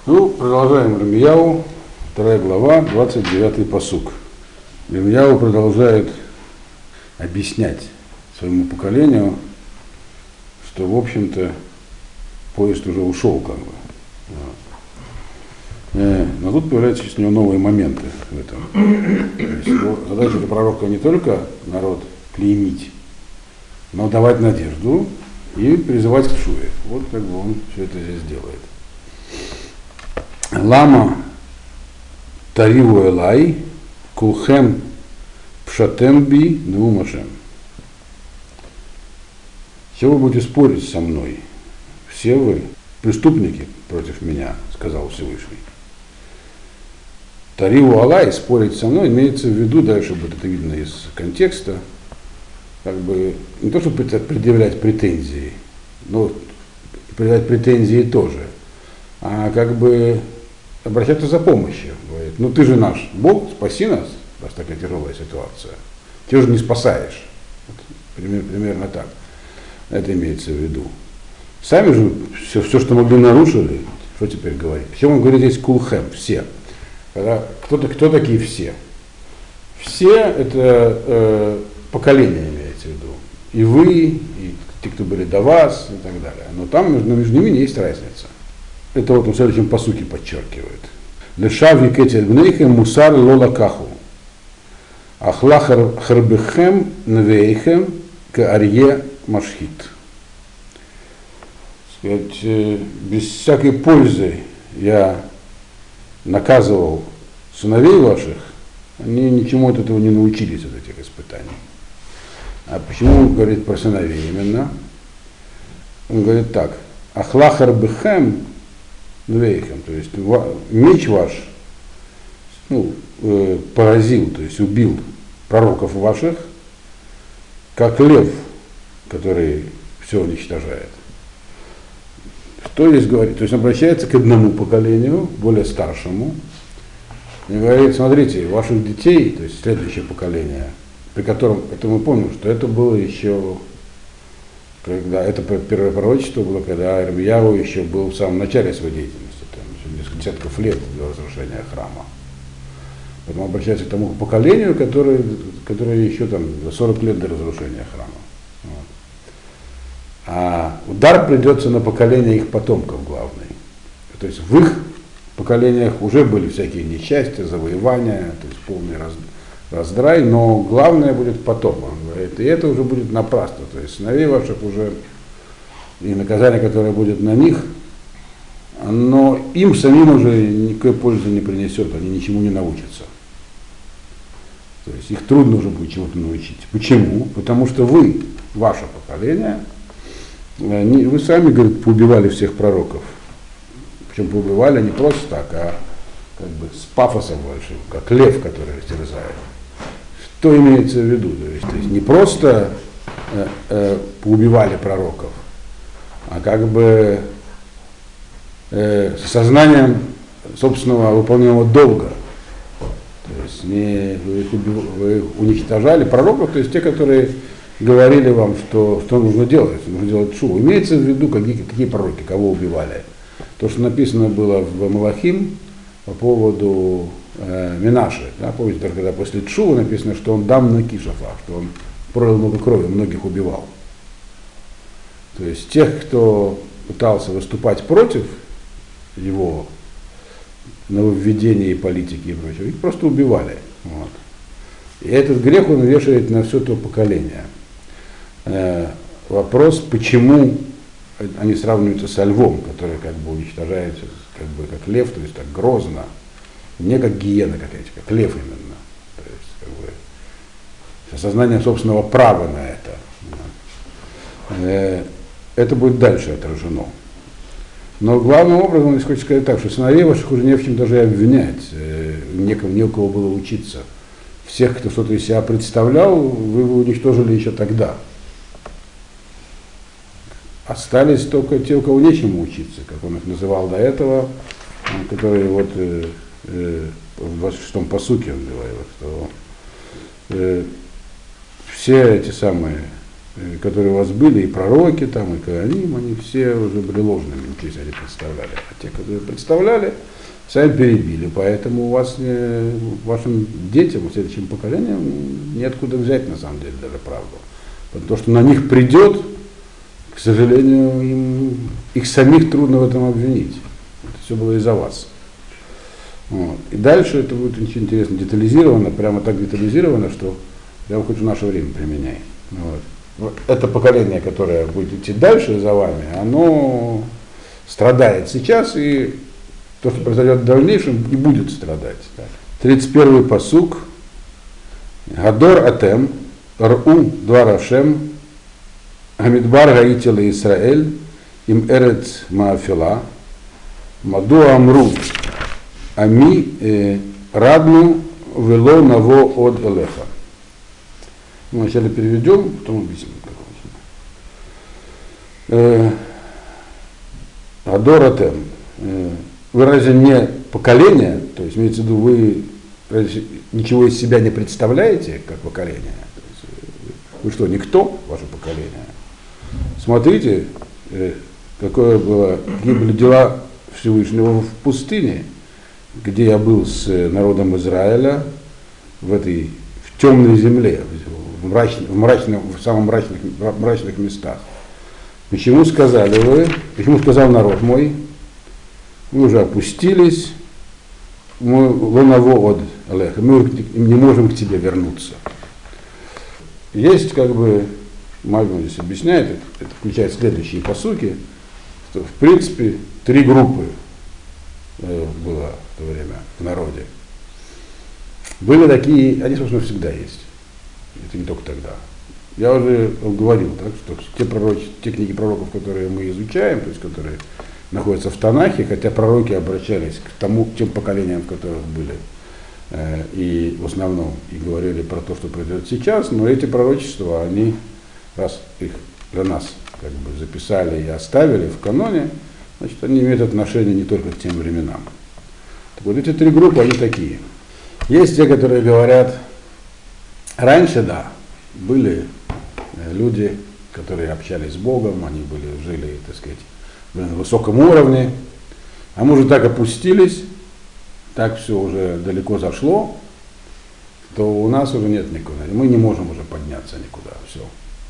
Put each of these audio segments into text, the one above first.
Ну, продолжаем Ирмияу, 2 глава, 29-й пасук. Ирмияу продолжает объяснять своему поколению, что, в общем-то, поезд уже ушел, как бы. Но тут появляются у него новые моменты в этом. То есть задача пророка не только народ клеймить, но давать надежду и призывать к шуве. Вот как бы он все это здесь делает. Лама тариву элай кулхем пшатемби неумашем. Все вы будете спорить со мной, все вы преступники против меня, сказал Всевышний. Тариву алай, спорить со мной, имеется в виду, дальше будет это видно из контекста, как бы не то, чтобы предъявлять претензии, но предъявлять претензии тоже, а как бы обращаться за помощью. Говорит, ну ты же наш Бог, спаси нас, раз такая тяжелая ситуация. Ты же не спасаешь. Вот, примерно так. Это имеется в виду. Сами же все, что могли, нарушили. Что теперь говорить? Причем он говорит здесь кулхем, все. Кто такие все? Все это поколение имеется в виду. И вы, и те, кто были до вас, и так далее. Но там между ними есть разница. Это вот он в следующем пасуке подчеркивает. Лешав викетель бнейхем мусар лола каху. Ахла харбехем навейхем к арье машхит. Сказать, без всякой пользы я наказывал сыновей ваших, они ничему от этого не научились, от этих испытаний. А почему он говорит про сыновей именно? Он говорит так. Ахлахар бехем двейхем, то есть меч ваш поразил, то есть убил пророков ваших, как лев, который все уничтожает. Что здесь говорит? То есть обращается к одному поколению, более старшему, и говорит, смотрите, ваших детей, то есть следующее поколение, при котором, это мы помним, что это было еще, когда это первое пророчество было, когда Ирмияу еще был в самом начале своей деятельности, там, еще несколько десятков лет до разрушения храма. Поэтому обращается к тому поколению, которое еще там за 40 лет до разрушения храма. Вот. А удар придется на поколение их потомков главный. То есть в их поколениях уже были всякие несчастья, завоевания, то есть полный раздрай, но главное будет потом. Он говорит, и это уже будет напрасно. То есть сыновей ваших уже, и наказание, которое будет на них, но им самим уже никакой пользы не принесет, они ничему не научатся. То есть их трудно уже будет чему-то научить. Почему? Потому что вы, ваше поколение, вы сами, говорит, поубивали всех пророков. Причем поубивали не просто так, а как бы с пафосом большим, как лев, который растерзает. Что имеется в виду? То есть не просто поубивали пророков, а как бы с сознанием собственного выполненного долга. То есть вы уничтожали пророков, то есть те, которые говорили вам, что нужно делать шуву. Имеется в виду, какие пророки, кого убивали. То, что написано было в Малахим по поводу Минаши. Да, помните, когда после Тшувы написано, что он дам на Кишафа, что он пролил много крови, многих убивал. То есть тех, кто пытался выступать против его нововведения и политики и прочего, их просто убивали. Вот. И этот грех он вешает на все то поколение. Вопрос, почему они сравниваются со львом, который как бы уничтожается как лев, то есть так грозно, не как гиена какая-то, как лев именно. То есть как бы с осознанием собственного права на это. Это будет дальше отражено. Но главным образом, я хочу сказать так, что сыновей ваших уже не в чем даже обвинять, не у кого было учиться. Всех, кто что-то из себя представлял, вы уничтожили еще тогда. Остались только те, у кого нечему учиться, как он их называл до этого, которые вот в 26-м пасуке он говорил, что все эти самые которые у вас были, и пророки, там, и Коаним, они все уже были ложными, ничего себе не представляли. А те, которые представляли, сами перебили. Поэтому у вас, вашим детям, следующим поколениям, неоткуда взять, на самом деле, даже правду. Потому что на них придет, к сожалению, их самих трудно в этом обвинить. Это все было из-за вас. Вот. И дальше это будет очень интересно детализировано, прямо так детализировано, что прямо хоть в наше время применяй. Вот. Это поколение, которое будет идти дальше за вами, оно страдает сейчас, и то, что произойдет в дальнейшем, не будет страдать. 31-й пасук. Гадор атем, ру двар Ашем, Амидбар гаитила Исраэль, им эрец маафила, маду амру, ами радну вело наво от элеха. Мы вначале переведем, потом объясним. Гадор атем. Вы разве не поколение, то есть имеется в виду, вы ничего из себя не представляете, как поколение? Вы что, никто, ваше поколение? Смотрите, какие были дела Всевышнего в пустыне, где я был с народом Израиля в темной земле, в самых мрачных местах. Почему сказал народ мой, мы уже опустились, мы не можем к тебе вернуться. Есть Мальбим здесь объясняет, это включает следующие пасуки, что в принципе три группы было в то время в народе. Были такие, они, собственно, всегда есть. Это не только тогда. Я уже говорил, так, что те книги пророков, которые мы изучаем, то есть которые находятся в Танахе, хотя пророки обращались к тем поколениям, в которых были, и в основном и говорили про то, что произойдет сейчас, но эти пророчества, они, раз их для нас записали и оставили в каноне, значит, они имеют отношение не только к тем временам. Так вот, эти три группы, они такие. Есть те, которые говорят, раньше, да, были люди, которые общались с Богом, они жили, так сказать, на высоком уровне, а мы уже так опустились, так все уже далеко зашло, то у нас уже нет никуда, мы не можем уже подняться никуда, все.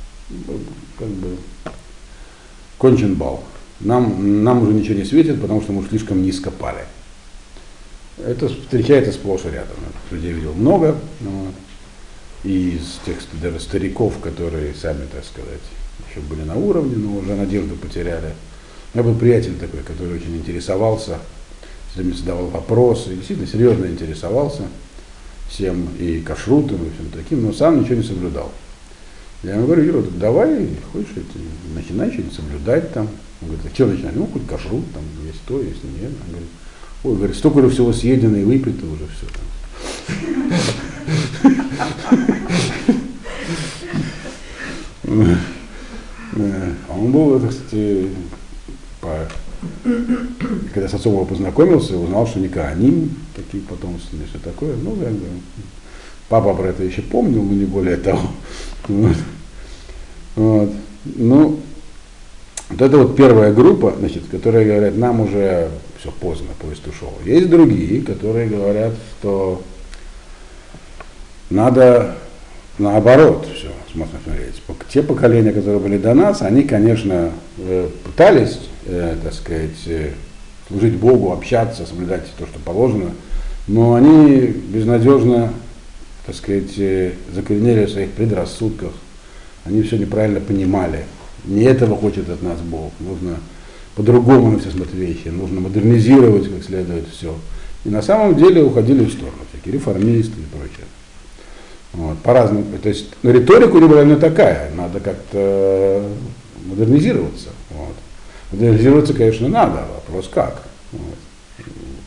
Кончен бал. Нам уже ничего не светит, потому что мы слишком низко пали. Это встречается сплошь и рядом. Людей видел много, и из тех даже стариков, которые сами, так сказать, еще были на уровне, но уже надежду потеряли. У меня был приятель такой, который очень интересовался, все время задавал вопросы, действительно серьезно интересовался всем и кашрутом, и всем таким, но сам ничего не соблюдал. Я ему говорю, Юра, давай, хочешь, начинай что-нибудь соблюдать там. Он говорит, а что начинать? Ну, хоть кашрут, там есть то, есть нет. Он говорит, ой, говорит, столько же всего съедено и выпито уже все там. Он был, так сказать, когда с отцом его познакомился, узнал, что не Коаним, такие потомственные, все такое. Ну, папа про это еще помнил, но не более того. Вот. Ну, вот это вот первая группа, значит, которые говорят, нам уже все поздно, поезд ушел. Есть другие, которые говорят, что надо наоборот все смотреть. Те поколения, которые были до нас, они, конечно, пытались, так сказать, служить Богу, общаться, соблюдать то, что положено, но они безнадежно, так сказать, закоренели в своих предрассудках. Они все неправильно понимали. Не этого хочет от нас Бог. Нужно по-другому на все смотреть вещи. Нужно модернизировать как следует все. И на самом деле уходили в сторону. Всякие реформисты и прочее. Вот, по-разному. То есть риторика у него именно такая. Надо как-то модернизироваться. Вот. Модернизироваться, конечно, надо. Вопрос как. Вот.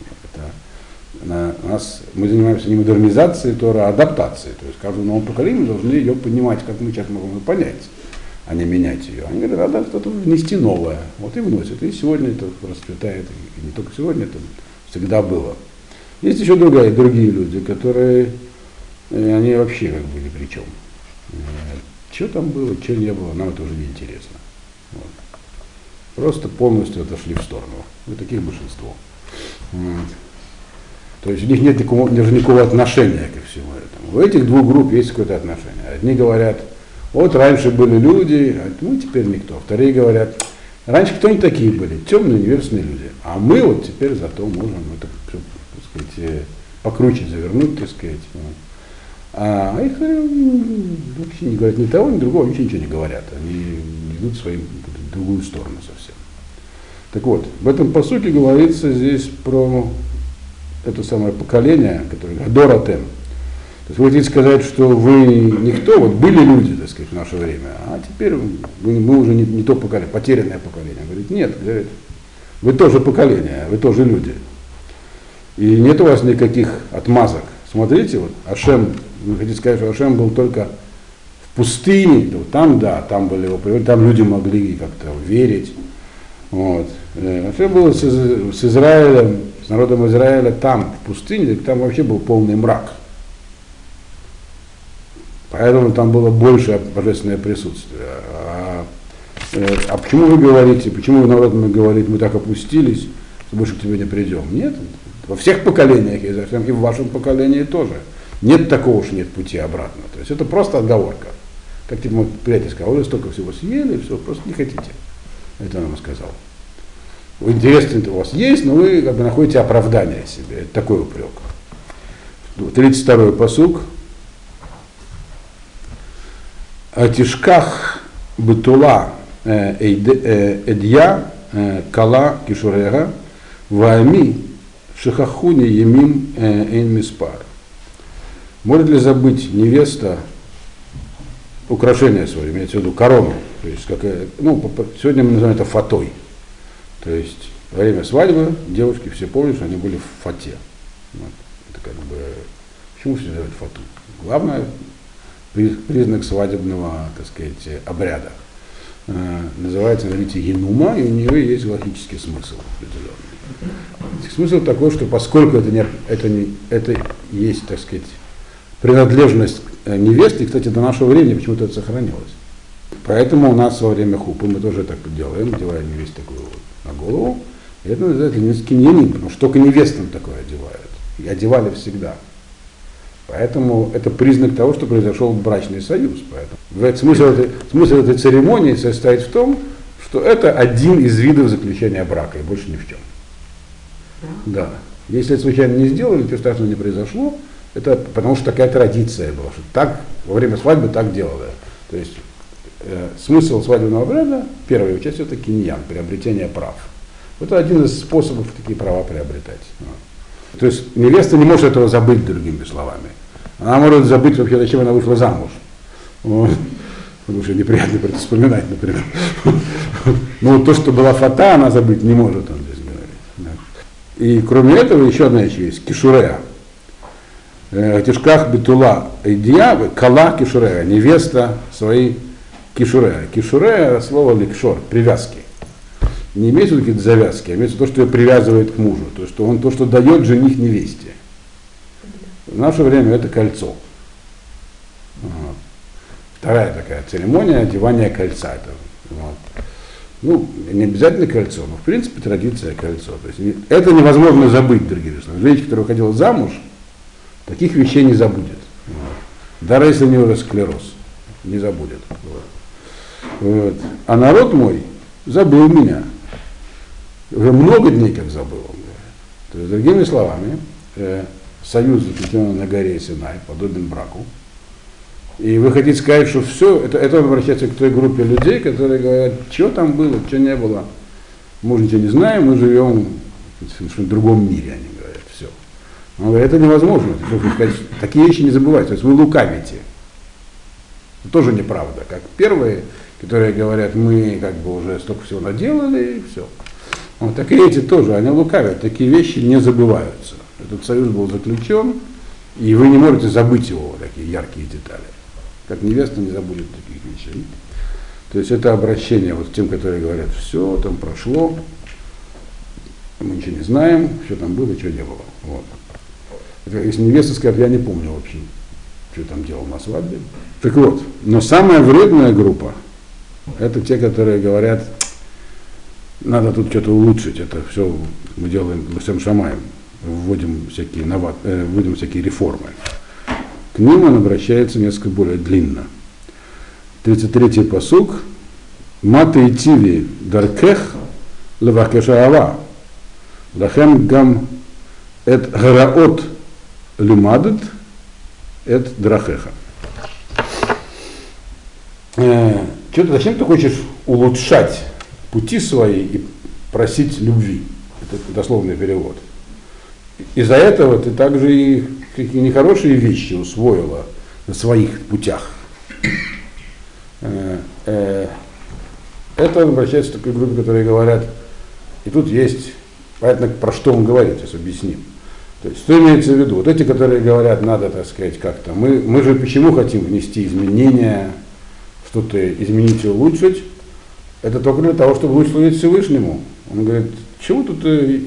Мы занимаемся не модернизацией Тора, а адаптацией. То есть каждому новому поколению должны ее понимать, как мы сейчас можем ее понять, а не менять ее. Они говорят, надо что-то внести новое. Вот и вносят. И сегодня это расцветает. И не только сегодня, это всегда было. Есть еще другие люди, которые они вообще ни при чем. Что там было, что не было, нам это уже не интересно. Вот. Просто полностью отошли в сторону. И таких большинство. Вот. То есть у них нет никакого отношения ко всему этому. У этих двух групп есть какое-то отношение. Одни говорят, вот раньше были люди, а мы теперь никто. Вторые говорят, раньше кто они такие были? Темные, невежественные люди. А мы вот теперь зато можем это, так сказать, покруче завернуть, так сказать. Вот. А их вообще не говорят ни того, ни другого, вообще ничего не говорят. Они идут в другую сторону совсем. Так вот, в этом посуке говорится здесь про это самое поколение, которое Доратем. То есть вы хотите сказать, что вы никто, вот были люди, так сказать, в наше время, а теперь мы уже не то поколение, потерянное поколение. Говорит, нет, говорит, вы тоже поколение, вы тоже люди. И нет у вас никаких отмазок. Смотрите, вот Ашем, вы хотите сказать, что Ашем был только в пустыне, там, да, там были его приводы, там люди могли как-то верить. Вот. Ашем был с Израилем, с народом Израиля там, в пустыне, там вообще был полный мрак. Поэтому там было больше божественное присутствие. А почему вы говорите, почему народ говорит, мы так опустились, что больше к тебе не придем? Нет, во всех поколениях есть Ашем, и в вашем поколении тоже. Нет такого, что нет пути обратно. То есть это просто отговорка. Как типа мой приятель сказал, вы столько всего съели, все, просто не хотите. Это он ему сказал. Интересно, у вас есть, но вы как бы находите оправдание себе. Это такой упрек. 32-й пасук. Атишках бетула эдья кала кишурега ваами шихахуни емим эйн миспар. Может ли забыть невеста украшение свое, имеется в виду корону, то есть сегодня мы называем это фатой. То есть во время свадьбы девушки все помнят, что они были в фате. Вот. Это как бы, почему все называют фату? Главное, признак свадебного, так сказать, обряда. Называется, говорите, енума, и у нее есть логический смысл определенный. Смысл такой, что поскольку это есть, так сказать, принадлежность невесты, и, кстати, до нашего времени почему-то это сохранилось. Поэтому у нас во время хупы мы тоже так делаем, одеваем невесте такую вот на голову, и это называется киньянин, потому что только невестам такое одевают. И одевали всегда. Поэтому это признак того, что произошел брачный союз. Поэтому смысл этой церемонии состоит в том, что это один из видов заключения брака, и больше ни в чем. Да. Если это случайно не сделали, ничего страшного не произошло, это потому что такая традиция была, что так во время свадьбы так делали. То есть смысл свадебного обряда, первая часть, это киньян, приобретение прав. Это один из способов такие права приобретать. То есть невеста не может этого забыть, другими словами. Она может забыть вообще, зачем она вышла замуж. Вот. Потому что неприятно про это вспоминать, например. Но то, что была фата, она забыть не может, он здесь говорит. И кроме этого еще одна вещь есть, кишурея. Тишках битула идия, кала кишурея, невеста своей кишурея. Кишурея слово ликшор, привязки. Не имеется в виду какие-то завязки, а имеется в виду то, что ее привязывает к мужу, то, что дает жених невесте. В наше время это кольцо. Вот. Вторая такая церемония одевания кольца. Вот. Не обязательно кольцо, но в принципе традиция кольцо. То есть, это невозможно забыть, другими словами. Женщина, которая выходила замуж, таких вещей не забудет. Вот. Даже если у нее уже склероз, не забудет. Вот. А народ мой забыл меня. Уже много дней как забыл, он говорит. То есть, другими словами, союз заключен на горе Синай, подобен браку. И вы хотите сказать, что все, это обращается к той группе людей, которые говорят, что там было, что не было. Мы ничего не знаем, мы живем в совершенно другом мире, они говорят, все. Он говорит, это невозможно, такие вещи не забывайте, то есть вы лукавите. Это тоже неправда, как первые, которые говорят, мы как бы уже столько всего наделали, и все. Вот, так и эти тоже, они лукавят, такие вещи не забываются. Этот союз был заключен, и вы не можете забыть его, такие яркие детали. Как невеста не забудет таких вещей. То есть это обращение вот к тем, которые говорят, все, там прошло, мы ничего не знаем, что там было, что не было. Вот. Это, если невеста скажет, я не помню вообще что там делал на свадьбе. Так вот, но самая вредная группа, это те, которые говорят, надо тут что-то улучшить, это все мы делаем Ласем Шамаем, вводим всякие реформы. К ним он обращается несколько более длинно. 33-й пасук. Маты и тиви даркех левакеша ава. Лахем гам эт гараот люмадет эт драхеха. Зачем ты хочешь улучшать пути свои и просить любви? Это дословный перевод. Из-за этого ты также и какие нехорошие вещи усвоила на своих путях. Это обращается к такой группе, которые говорят, и тут есть, понятно, про что он говорит, сейчас объясним. То есть, что имеется в виду? Вот эти, которые говорят, надо, так сказать, как-то, мы же почему хотим внести изменения, что-то изменить и улучшить, это только для того, чтобы лучше служить Всевышнему. Он говорит, чего тут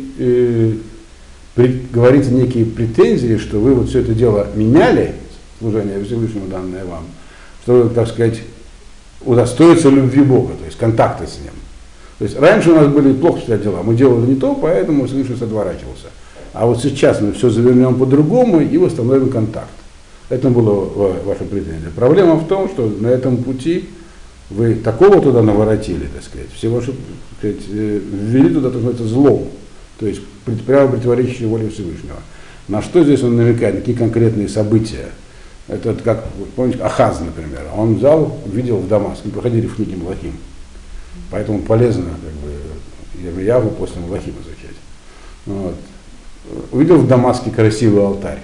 говорите некие претензии, что вы вот все это дело меняли, служение Всевышнему данное вам, чтобы, так сказать, удостоиться любви Бога, то есть контакта с Ним. То есть раньше у нас были плохо обстоят дела, мы делали не то, поэтому Всевышний отворачивался. А вот сейчас мы все завернем по-другому и восстановим контакт. Это было ваша претензия. Проблема в том, что на этом пути вы такого туда наворотили, так сказать, все ваши, так сказать, ввели туда, так сказать, злом, то есть прямо противоречащее воле Всевышнего. На что здесь он намекает, какие конкретные события? Это как, помните, Ахаз, например, он взял, видел в Дамаске, проходили в книге Малахим, поэтому полезно, как бы, Ирмияву после Малахима изучать. Вот. Увидел в Дамаске красивый алтарь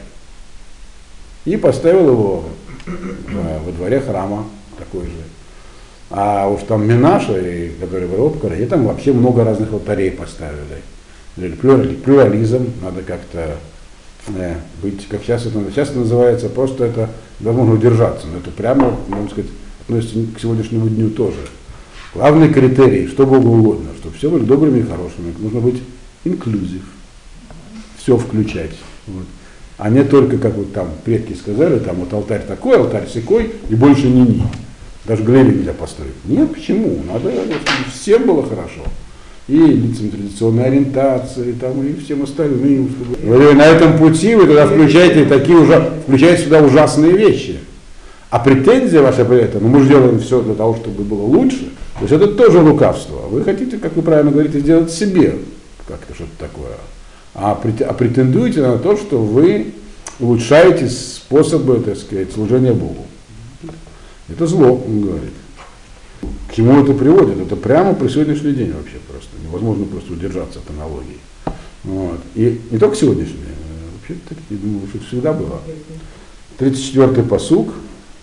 и поставил его во дворе храма, такой же. А уж там Минаша, который в Европе, и там вообще много разных алтарей поставили. Плюрализм, надо как-то быть, как сейчас это называется, просто это возможно удержаться, но это прямо, можно сказать, относится к сегодняшнему дню тоже. Главный критерий, что Богу угодно, чтобы все были добрыми и хорошими, нужно быть инклюзив, все включать. Вот. А не только, как вот там предки сказали, там вот алтарь такой, алтарь сякой, и больше ни-ни. Даже галерею нельзя построить. Нет, почему? Надо, чтобы всем было хорошо. И лицам традиционной ориентации, там, и всем остальным. Чтобы... На этом пути вы туда включаете включаете сюда ужасные вещи. А претензия ваша при этом, мы же делаем все для того, чтобы было лучше, то есть это тоже лукавство. Вы хотите, как вы правильно говорите, сделать себе как-то что-то такое. А претендуете на то, что вы улучшаете способы, так сказать, служения Богу. Это зло, он говорит. К чему это приводит? Это прямо при сегодняшний день вообще просто. Невозможно просто удержаться от аналогии. Вот. И не только сегодняшний день, вообще, я думаю, что это всегда было. 34-й пасук.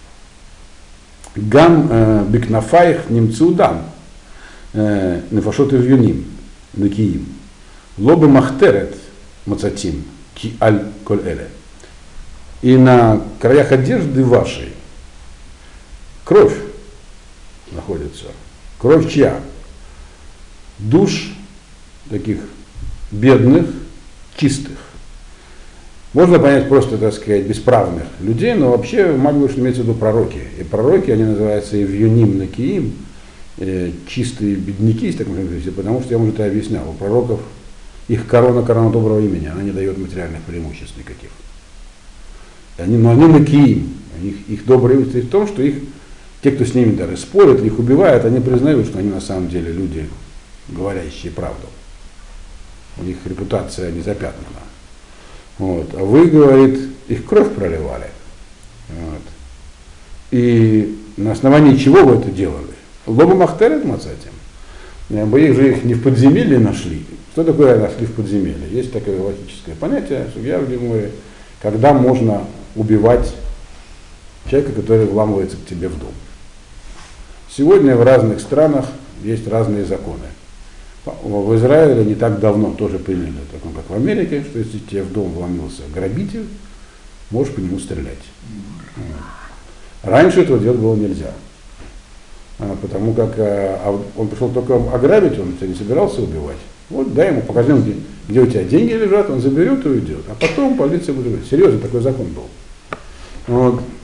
Гам бикнафаих немцеудам нефашот ивюним накиим. Лобы махтерет мацатим ки аль коль эле. И на краях одежды вашей кровь находится. Кровь чья? Душ таких бедных, чистых. Можно понять просто, так сказать, бесправных людей, но вообще Магдуш имеется в виду пророки. И пророки, они называются Евюним Накиим, чистые бедняки, так можно говорить, потому что я уже это объяснял. У пророков их корона доброго имени, она не дает материальных преимуществ никаких. Но они Накиим, их доброе имя в том, что те, кто с ними даже спорят, их убивают, они признают, что они на самом деле люди, говорящие правду. У них репутация не запятнана. Вот. А вы, говорит, их кровь проливали. Вот. И на основании чего вы это делали? Лоба махтерет мацатим. Вы же их не в подземелье нашли. Что такое нашли в подземелье? Есть такое логическое понятие, судья в Геморе, когда можно убивать человека, который вламывается к тебе в дом. Сегодня в разных странах есть разные законы. В Израиле не так давно тоже приняли, таком как в Америке, что если тебе в дом вломился грабитель, можешь по нему стрелять. Раньше этого делать было нельзя. Потому как он пришел только ограбить, он тебя не собирался убивать. Вот дай ему, покажи ему, где у тебя деньги лежат, он заберет и уйдет. А потом полиция будет убивать. Серьезно, такой закон был. Вот.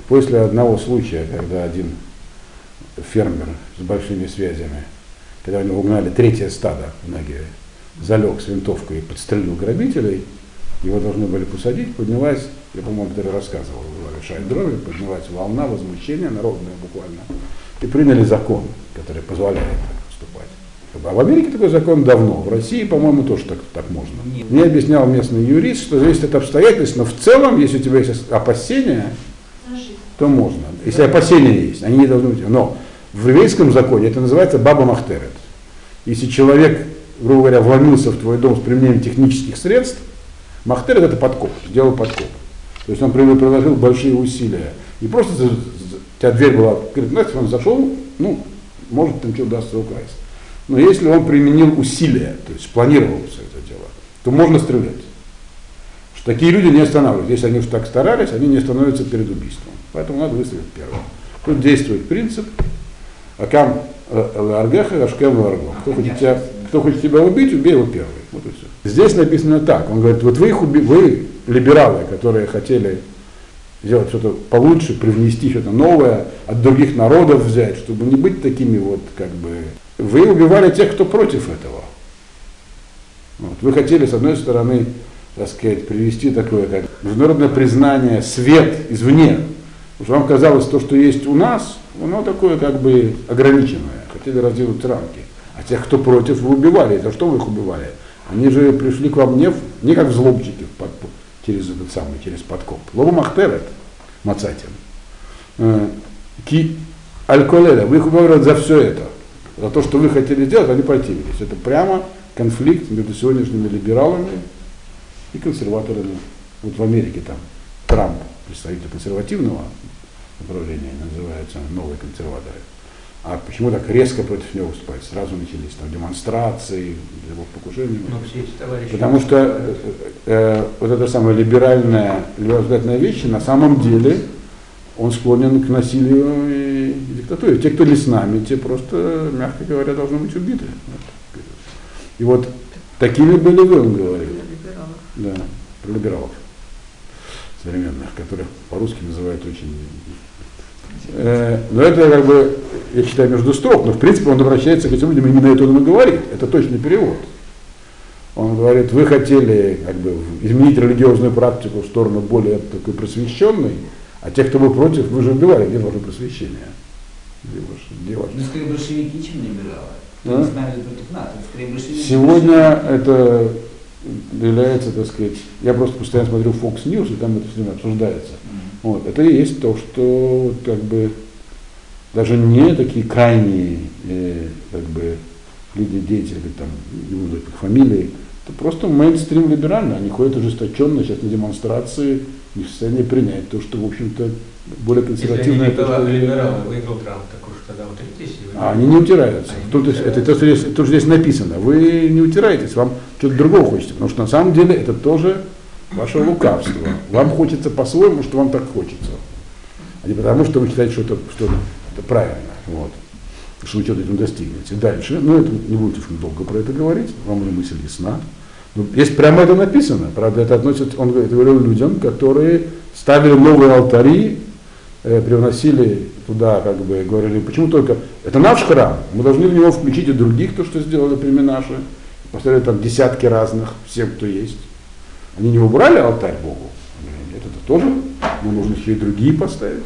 после одного случая, когда один фермер с большими связями, когда у него угнали третье стадо в Негеве, залег с винтовкой и подстрелил грабителей, его должны были посадить, поднялась, я, по-моему, это рассказывал в Шайдрове, поднялась волна возмущения, народная буквально, и приняли закон, который позволяет так поступать. А в Америке такой закон давно, в России, по-моему, тоже так можно. Нет. Мне объяснял местный юрист, что зависит от обстоятельств, но в целом, если у тебя есть опасения, то можно. Если опасения есть, они не должны быть. Но в еврейском законе это называется баба махтерет. Если человек, грубо говоря, вломился в твой дом с применением технических средств, махтерет это подкоп, сделал подкоп. То есть он приложил большие усилия. И просто у тебя дверь была открыта, значит, он зашел, ну, может, там что удастся украсть. Но если он применил усилия, то есть спланировал все это дело, то можно стрелять. Что такие люди не останавливаются. Если они уж так старались, они не остановятся перед убийством. Поэтому надо выстрелить первым. Тут действует принцип «Акам ларгеха, ашкем ларго». Кто хочет тебя убить, убей его первый. Вот и все. Здесь написано так. Он говорит, вот вы либералы, которые хотели сделать что-то получше, привнести что-то новое, от других народов взять, чтобы не быть такими вот как бы... Вы убивали тех, кто против этого. Вот. Вы хотели, с одной стороны, так сказать, привести такое, как международное признание, свет извне. Потому что вам казалось, то, что есть у нас, оно такое как бы ограниченное. Хотели раздвинуть рамки. А тех, кто против, вы убивали. За что вы их убивали? Они же пришли к вам не как взломщики через этот самый, через подкоп. Лоба махтерет, мацатин. Ки аль-коледа, вы их убивали за все это. За то, что вы хотели сделать, они противились. Это прямо конфликт между сегодняшними либералами и консерваторами. Вот в Америке там Трамп, представитель консервативного направления, называется новые консерваторы. А почему так резко против него выступать? Сразу начались там демонстрации, его покушения. Потому что вот эта самая либеральная вещь, на самом деле он склонен к насилию и диктатуре. Те, кто не с нами, те просто, мягко говоря, должны быть убиты. И вот такими были вы, он говорил. Да, про либералов современных, которых по-русски называют очень... Но это как бы, я читаю между строк, но в принципе он обращается к этим людям, именно это он и говорит. Это точный перевод. Он говорит, вы хотели как бы изменить религиозную практику в сторону более такой просвещенной, а тех, кто был против, вы же убивали, где ваше просвещение? Где ваше? Ну, скорее большевики, чем либералы. Против нас. Сегодня это является, так сказать, я просто постоянно смотрю Fox News, и там это все время обсуждается. Вот. Это и есть то, что как бы даже не такие крайние как бы люди, деятели, там, не буду их фамилии, это просто мейнстрим либерально, они ходят ожесточенно сейчас на демонстрации, не в состоянии принять то, что, в общем-то, более консервативное. Если либералы выиграл Трамп, так уж тогда утратитесь. Они не утираются. Это то, что здесь написано. Вы не утираетесь, вам что-то другого хочется, потому что на самом деле это тоже ваше лукавство. Вам хочется по-своему, что вам так хочется. А не потому, что вы считаете, что это правильно. Вот. Что вы что-то этим достигнете. Дальше, это не будете долго про это говорить, вам уже мысль ясна. Но здесь прямо это написано. Правда, это относится, он говорил людям, которые ставили новые алтари, привносили туда, как бы, говорили, почему только, это наш храм, мы должны в него включить и других, то, что сделали племя наши. Поставили там десятки разных, всем, кто есть. Они не убрали алтарь Богу. Нет, это тоже, но нужно еще и другие поставить.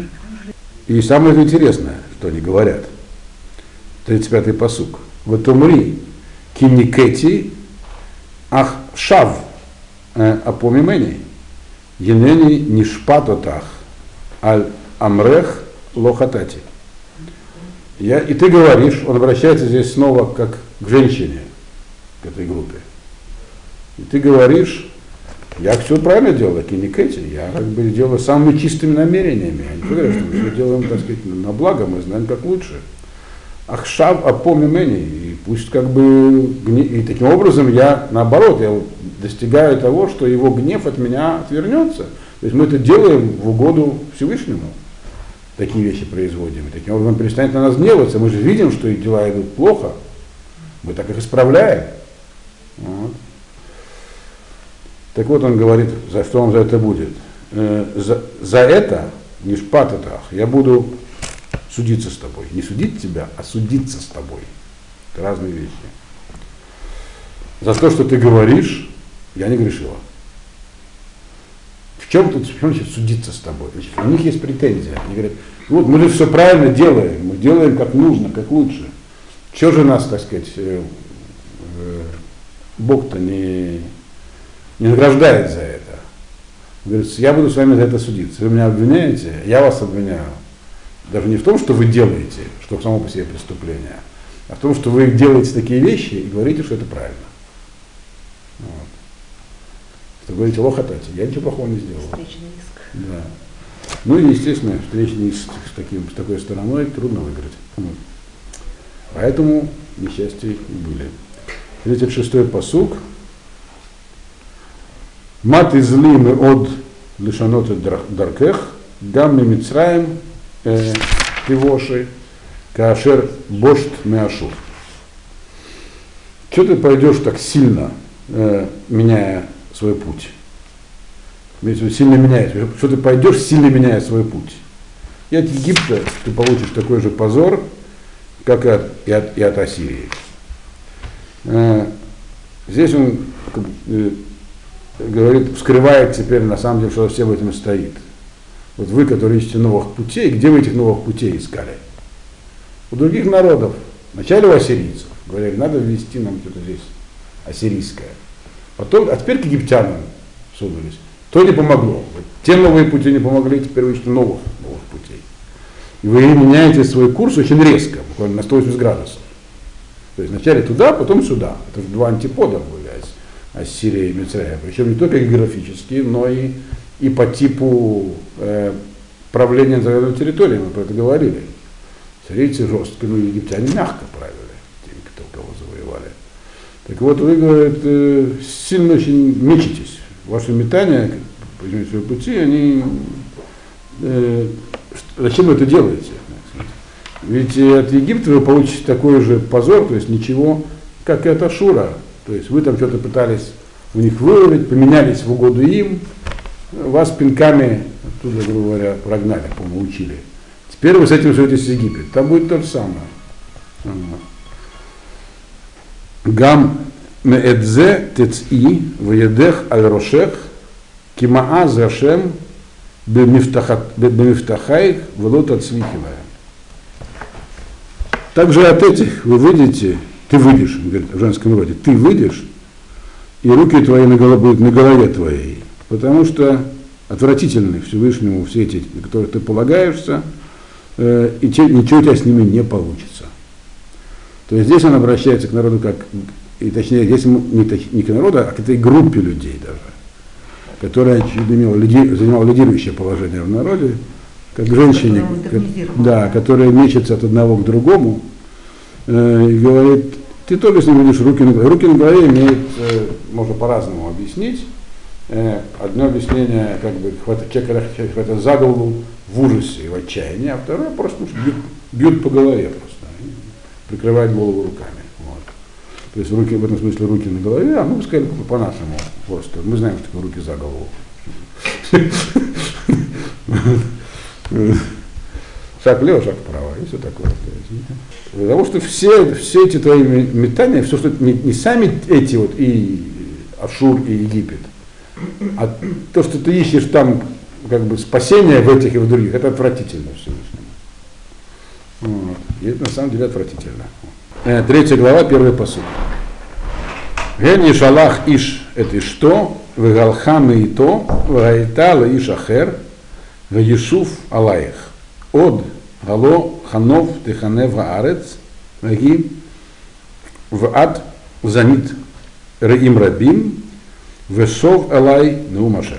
И самое интересное, что они говорят, 35-й пасук. Вот умри, киникети, ах шав, апомимени, енени нишпатотах, аль амрех лохатати. И ты говоришь, он обращается здесь снова как к женщине, к этой группе. И ты говоришь, я все правильно делал, киникети, я как бы делаю самыми чистыми намерениями. Я не говорю, что мы все делаем, так сказать, на благо, мы знаем, как лучше. Ахшав апомимени, и пусть как бы, и таким образом я, наоборот, я достигаю того, что его гнев от меня отвернется. То есть мы это делаем в угоду Всевышнему, такие вещи производим. И таким образом он перестанет на нас гневаться. Мы же видим, что их дела идут плохо, мы так их исправляем. Вот. Так вот он говорит, за что он за это будет. За это Нишпататах, я буду судиться с тобой. Не судить тебя, а судиться с тобой. Это разные вещи. За то, что ты говоришь, я не грешила. В чем значит судиться с тобой? Значит, у них есть претензия. Они говорят, вот мы же все правильно делаем, мы делаем как нужно, как лучше. Чего же нас, так сказать, Бог-то не награждает за это? Говорит, я буду с вами за это судиться. Вы меня обвиняете, я вас обвиняю. Даже не в том, что вы делаете, что само по себе преступление, а в том, что вы делаете такие вещи и говорите, что это правильно. Вот. Что говорите, лохотати, я ничего плохого не сделал. Встречный иск. Да. Ну и, естественно, встречный иск с такой стороной трудно выиграть. Вот. Поэтому несчастья и были. 36-й пасук. Мат излимы от лишаноты даркех, гамми мицраем пивоши, каашер бошт меашур. Чего ты пойдешь так сильно, меняя свой путь? Сильно меняешь. Что ты пойдешь, сильно меняя свой путь? И от Египта ты получишь такой же позор, как и от Ассирии. Здесь он говорит, вскрывает теперь на самом деле, что все в этом стоит. Вот вы, которые ищете новых путей, где вы этих новых путей искали? У других народов, вначале у ассирийцев, говорили, надо ввести нам что-то здесь ассирийское. Потом, а теперь к египтянам сунулись. То не помогло. Вот те новые пути не помогли, теперь вы ищете новых путей. И вы меняете свой курс очень резко, буквально на 180 градусов. То есть вначале туда, потом сюда. Это же два антипода были, Ассирия и Мицраим. Причем не только географически, но и по типу правления на территории, мы про это говорили. Сирийцы жестко, ну египтяне мягко правили, теми, кого завоевали. Так вот, вы, говорит, сильно очень мечетесь. Ваши метания, по своему пути, они... зачем вы это делаете? Ведь от Египта вы получите такой же позор, то есть ничего, как и от Ашура. То есть вы там что-то пытались у них вырвать, поменялись в угоду им, вас пинками оттуда, грубо говоря, прогнали, по-моему, учили. Теперь вы с этим живете с Египет. Там будет то же самое. Гам меэдзе теци ваедех аль рошех кимаа зашем бемифтахайх велот отсвихивая. Также от этих вы выйдете, ты выйдешь, говорит в женском роде, ты выйдешь, и руки твои будут на голове твоей, потому что отвратительны Всевышнему все эти, на которых ты полагаешься, и ничего у тебя с ними не получится. То есть здесь он обращается к народу как, и точнее, здесь не к народу, а к этой группе людей даже, которая, очевидно, занимала лидирующее положение в народе, как женщине, да, которая мечется от одного к другому, и говорит, ты тоже с ним видишь руки на голове. Руки на голове имеют, можно по-разному объяснить. Одно объяснение, как бы, человека хватает за голову в ужасе и в отчаянии, а второе просто бьют по голове просто, прикрывают голову руками. Вот. То есть руки, в этом смысле руки на голове, а мы бы сказали по-нашему просто. Мы знаем, что такое руки за голову. Шаг влево, шаг вправо, и все такое. Потому что все эти твои метания, все, что не сами эти вот, и Ашур, и Египет, а то, что ты ищешь там, как бы, спасение в этих и в других, это отвратительно Всевышнему. Вот. И это на самом деле отвратительно. 3 глава, 1 пасук. Ген ешалах иш, это что? Вегалхам и то, вегаитала иш ахер, веешув алаих. Од гало ханов теханев аарец, веги в ад занит реим рабим, вешов алай неумашем.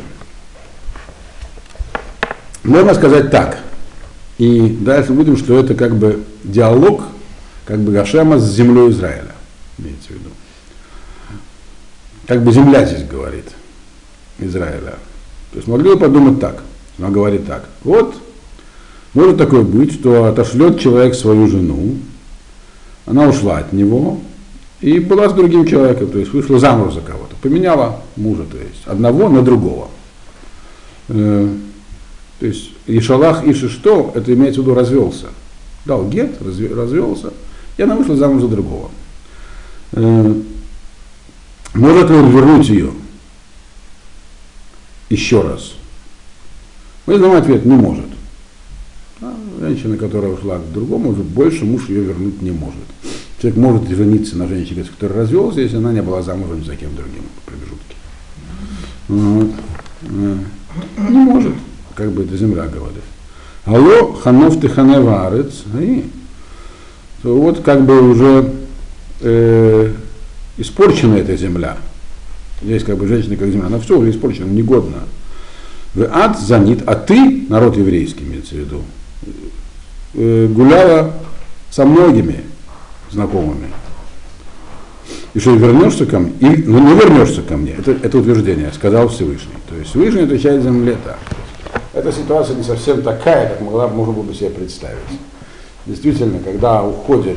Можно сказать так. И дальше будем, что это как бы диалог, как бы Гашема с землей Израиля, имеется в виду. Как бы земля здесь говорит, Израиля. То есть могли бы подумать так, она говорит так. Вот, может такое быть, что отошлет человек свою жену, она ушла от него и была с другим человеком, то есть вышла замуж за кого-то, поменяла мужа, то есть одного на другого. То есть Ишалах Иши что, это имеется в виду развелся. Дал гет, развелся, и она вышла замуж за другого. Может ли он вернуть ее еще раз? Мы знаем ответ, не может. Женщина, которая ушла к другому, уже больше муж ее вернуть не может. Человек может жениться на женщине, которая развелся, если она не была замужем за кем другим в промежутке. Не может, как бы это земля говорит. Алло, ханов ты ханеварец. То вот как бы уже испорчена эта земля. Здесь как бы женщина как земля, она все уже испорчена, негодна. В ад занит, а ты, народ еврейский имеется в виду, гуляла со многими знакомыми. И что, вернешься ко мне? Ну, не вернешься ко мне. Это утверждение, сказал Всевышний. То есть Всевышний отвечает земле так. Эта ситуация не совсем такая, как можно было бы себе представить. Действительно, когда уходит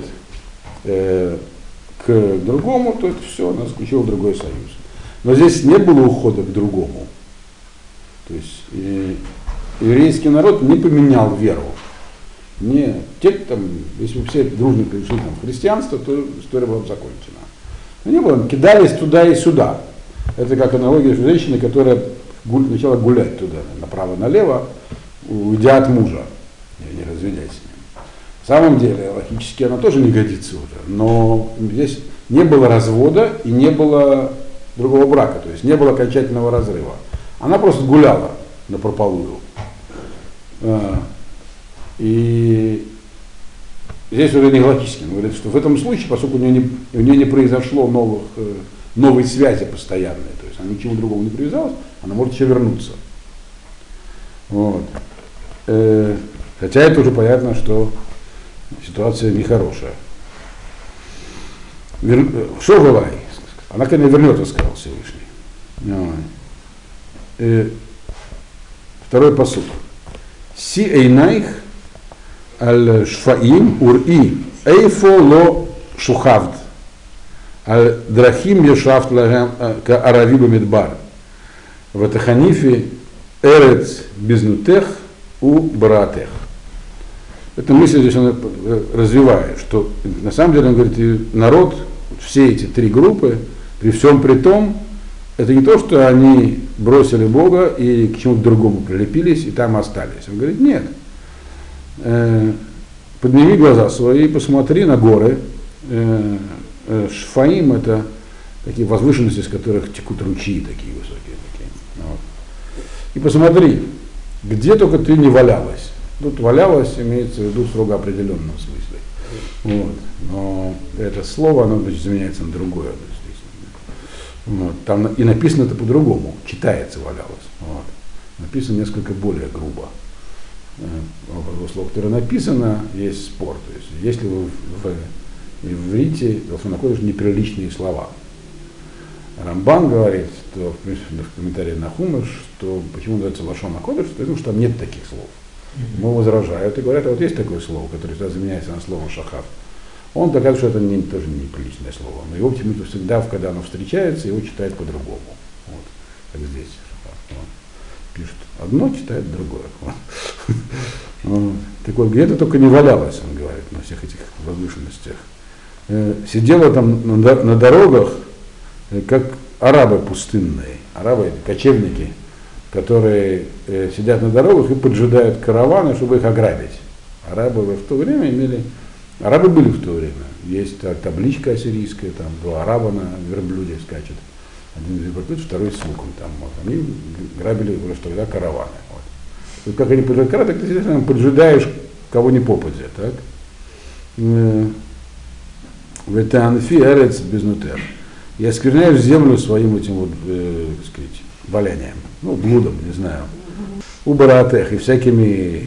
к другому, то это все, она заключила другой союз. Но здесь не было ухода к другому. То есть еврейский народ не поменял веру. Не, если бы все дружно перешли в христианство, то история была бы закончена. Но не было, кидались туда и сюда. Это как аналогия женщины, которая начала гулять туда, направо-налево, уйдя от мужа, не разведясь с ним. На самом деле, логически она тоже не годится уже, но здесь не было развода и не было другого брака, то есть не было окончательного разрыва. Она просто гуляла напропалую. И здесь уже не логически. Он говорит, что в этом случае, поскольку у нее не произошло новой связи постоянной, то есть она ни к чему другому не привязалась, она может еще вернуться. Вот. Хотя это уже понятно, что ситуация нехорошая. Что Галай? Она, конечно, вернется, сказал Всевышний. Второй посуд. Си эйнайх аль шфаим ур-и эйфо ло шухавд аль драхим ешафт лагам ка арави бамидбар ватаханифи эрец бизнутех у баратех. Эта мысль здесь он развивает, что на самом деле он говорит, народ, все эти три группы, при всем при том, это не то, что они бросили Бога и к чему-то другому прилепились и там остались. Он говорит, нет. Подними глаза свои и посмотри на горы. Шфаим — это такие возвышенности, с которых текут ручьи такие высокие. Такие. Вот. И посмотри, где только ты не валялась. Тут валялась, имеется в виду в строго определенном смысле. Вот. Но это слово, оно заменяется на другое. Вот. Там и написано это по-другому, читается валялось. Вот. Написано несколько более грубо. Слово, которое написано, есть спор. То есть, если вы в иврите находишь неприличные слова. Рамбан говорит, что, в комментарии на Хумаш, что почему называется лашон ха-кодеш, потому что там нет таких слов. Ему возражают и говорят, а вот есть такое слово, которое всегда заменяется на слово шахав. Он доказывает, что это тоже неприличное слово. Но его почему-то всегда, когда оно встречается, его читают по-другому. Вот. Как здесь. Вот. Пишет одно, читает другое. Вот. Так вот, где-то только не валялось, он говорит, на всех этих возвышенностях. Сидела там на дорогах, как арабы пустынные, арабы, кочевники, которые сидят на дорогах и поджидают караваны, чтобы их ограбить. Арабы в то время арабы были в то время. Есть табличка ассирийская, там два араба на верблюде скачут. Один верблюд, второй с луком. Там, вот. Они грабили уже тогда караваны. Вот. Вот как они поджидают караваны, так ты поджидаешь кого ни попадя. Так? Ветанфи эрец безнутер. Я оскверняю землю своим этим вот, так сказать, валянием, блудом, не знаю, у баратех и всякими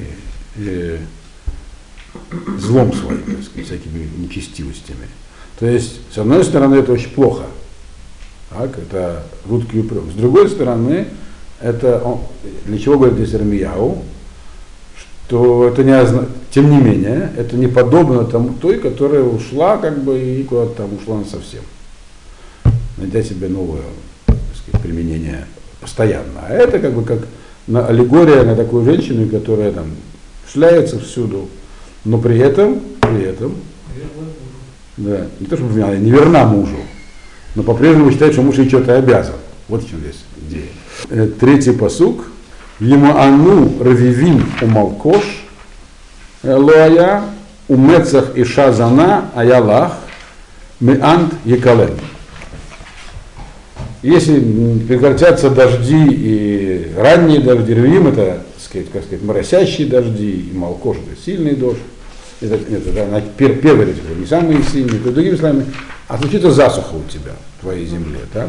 злом своим, так сказать, всякими нечестивостями. То есть, с одной стороны, это очень плохо, так, это жуткий упрек. С другой стороны, для чего говорит здесь Ирмияу, что это тем не менее, это не подобно той, которая ушла, как бы, и куда-то там ушла совсем, найдя себе новое, так сказать, применение постоянно. А это как бы как аллегория на такую женщину, которая там шляется всюду, но при этом, да, не то чтобы она не верна мужу, но по-прежнему считает, что муж ей что-то обязан. Вот в чем здесь идея. Третий пасук. Емаану равивим умалкош лоая умецах и шазана аялах меант якалем. Если прекратятся дожди и ранние дожди, равивим это, как сказать, моросящие дожди, и малкош это сильный дождь. Это первый речь, не самые сильные, то другими словами, а случится засуха у тебя, в твоей земле, так?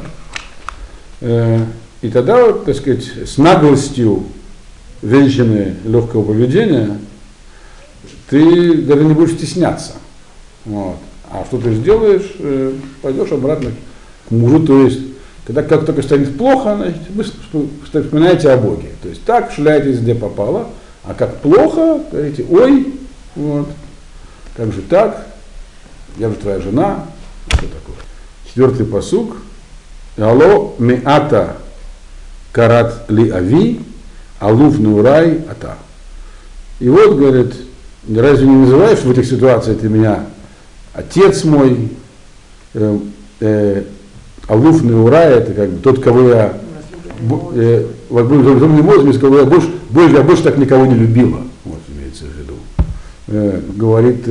И тогда, так сказать, с наглостью женщины легкого поведения ты даже не будешь стесняться. Вот. А что ты сделаешь, пойдешь обратно к мужу, то есть, когда как только станет плохо, значит, вы вспоминаете о Боге. То есть так шляетесь, где попало, а как плохо, говорите, ой, вот, как же так, я же твоя жена, что такое. Четвертый пасук. Алло меата карат ли ави, алуф нурай ата. И вот, говорит, разве не называешь в этих ситуациях ты меня отец мой, алуф нурай, это как бы тот, кого я кого я больше так никого не любила, вот имеется в виду. Говорит,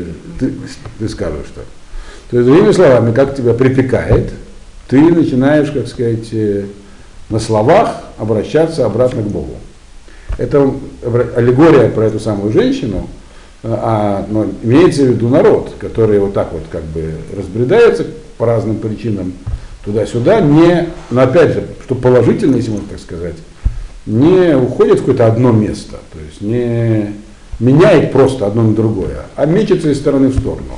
ты скажешь так. То есть, другими словами, как тебя припекает, ты начинаешь, как сказать, на словах обращаться обратно к Богу. Это аллегория про эту самую женщину, но имеется в виду народ, который вот так вот как бы разбредается по разным причинам туда-сюда, но опять же, что положительно, если можно так сказать, не уходит в какое-то одно место, то есть не меняет просто одно на другое, а мечется из стороны в сторону.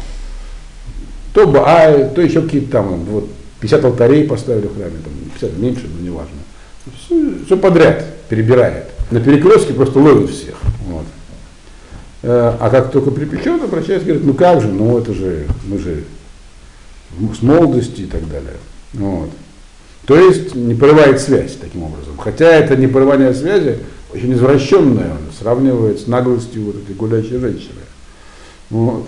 То Бааль, то еще какие-то там, вот 50 алтарей поставили в храме, там 50 меньше, но неважно. Все подряд перебирает. На перекрестке просто ловит всех. Вот. А как только припечет, обращается, говорит, ну как же, ну это же, мы же с молодости и так далее. Вот. То есть не порывает связь таким образом. Хотя это не порывание связи, очень извращенное, он сравнивает с наглостью вот этой гулящей женщины. Вот.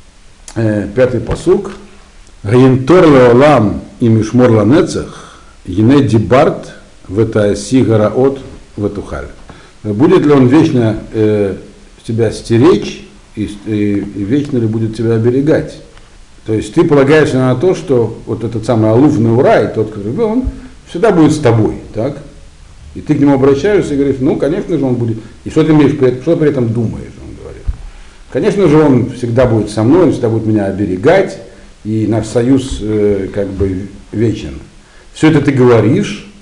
Пятый пасук. Гаентор леолам и мишмор ланецах, ене дибарт в это сигараот в эту халь. Будет ли он вечно тебя стеречь и вечно ли будет тебя оберегать? То есть ты полагаешься на то, что вот этот самый алуф нурай, тот, который был, он всегда будет с тобой, так? И ты к нему обращаешься и говоришь, ну, конечно же, он будет. И что ты имеешь, что при этом думаешь, он говорит. Конечно же, он всегда будет со мной, он всегда будет меня оберегать, и наш союз как бы вечен. Все это ты говоришь,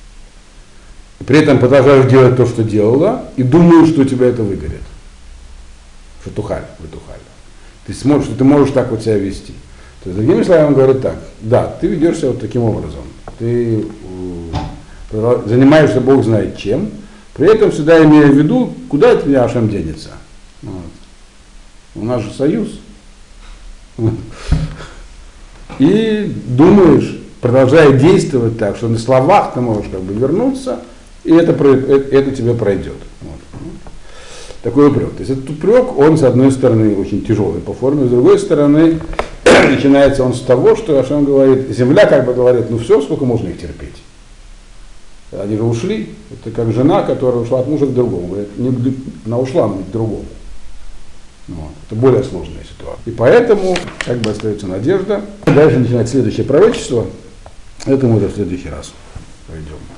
при этом продолжаешь делать то, что делала, и думаешь, что у тебя это выгорит. Шатухаль, вытухаль. Ты можешь так вот себя вести. То есть, другими словами, он говорит так, да, ты ведешь себя вот таким образом. Ты занимаешься Бог знает чем, при этом всегда имея в виду, куда от меня Ашем денется. Вот. У нас же союз. И думаешь, продолжая действовать так, что на словах ты можешь как бы вернуться, и это тебе пройдет. Вот. Такой упрек. То есть этот упрек, он с одной стороны очень тяжелый по форме, с другой стороны начинается он с того, что Ашем говорит, земля как бы говорит, ну все, сколько можно их терпеть. Они же ушли, это как жена, которая ушла от мужа к другому. Говорит, она ушла к другому. Вот. Это более сложная ситуация. И поэтому как бы остается надежда. Дальше начинать следующее пророчество. Это мы уже в следующий раз пройдем.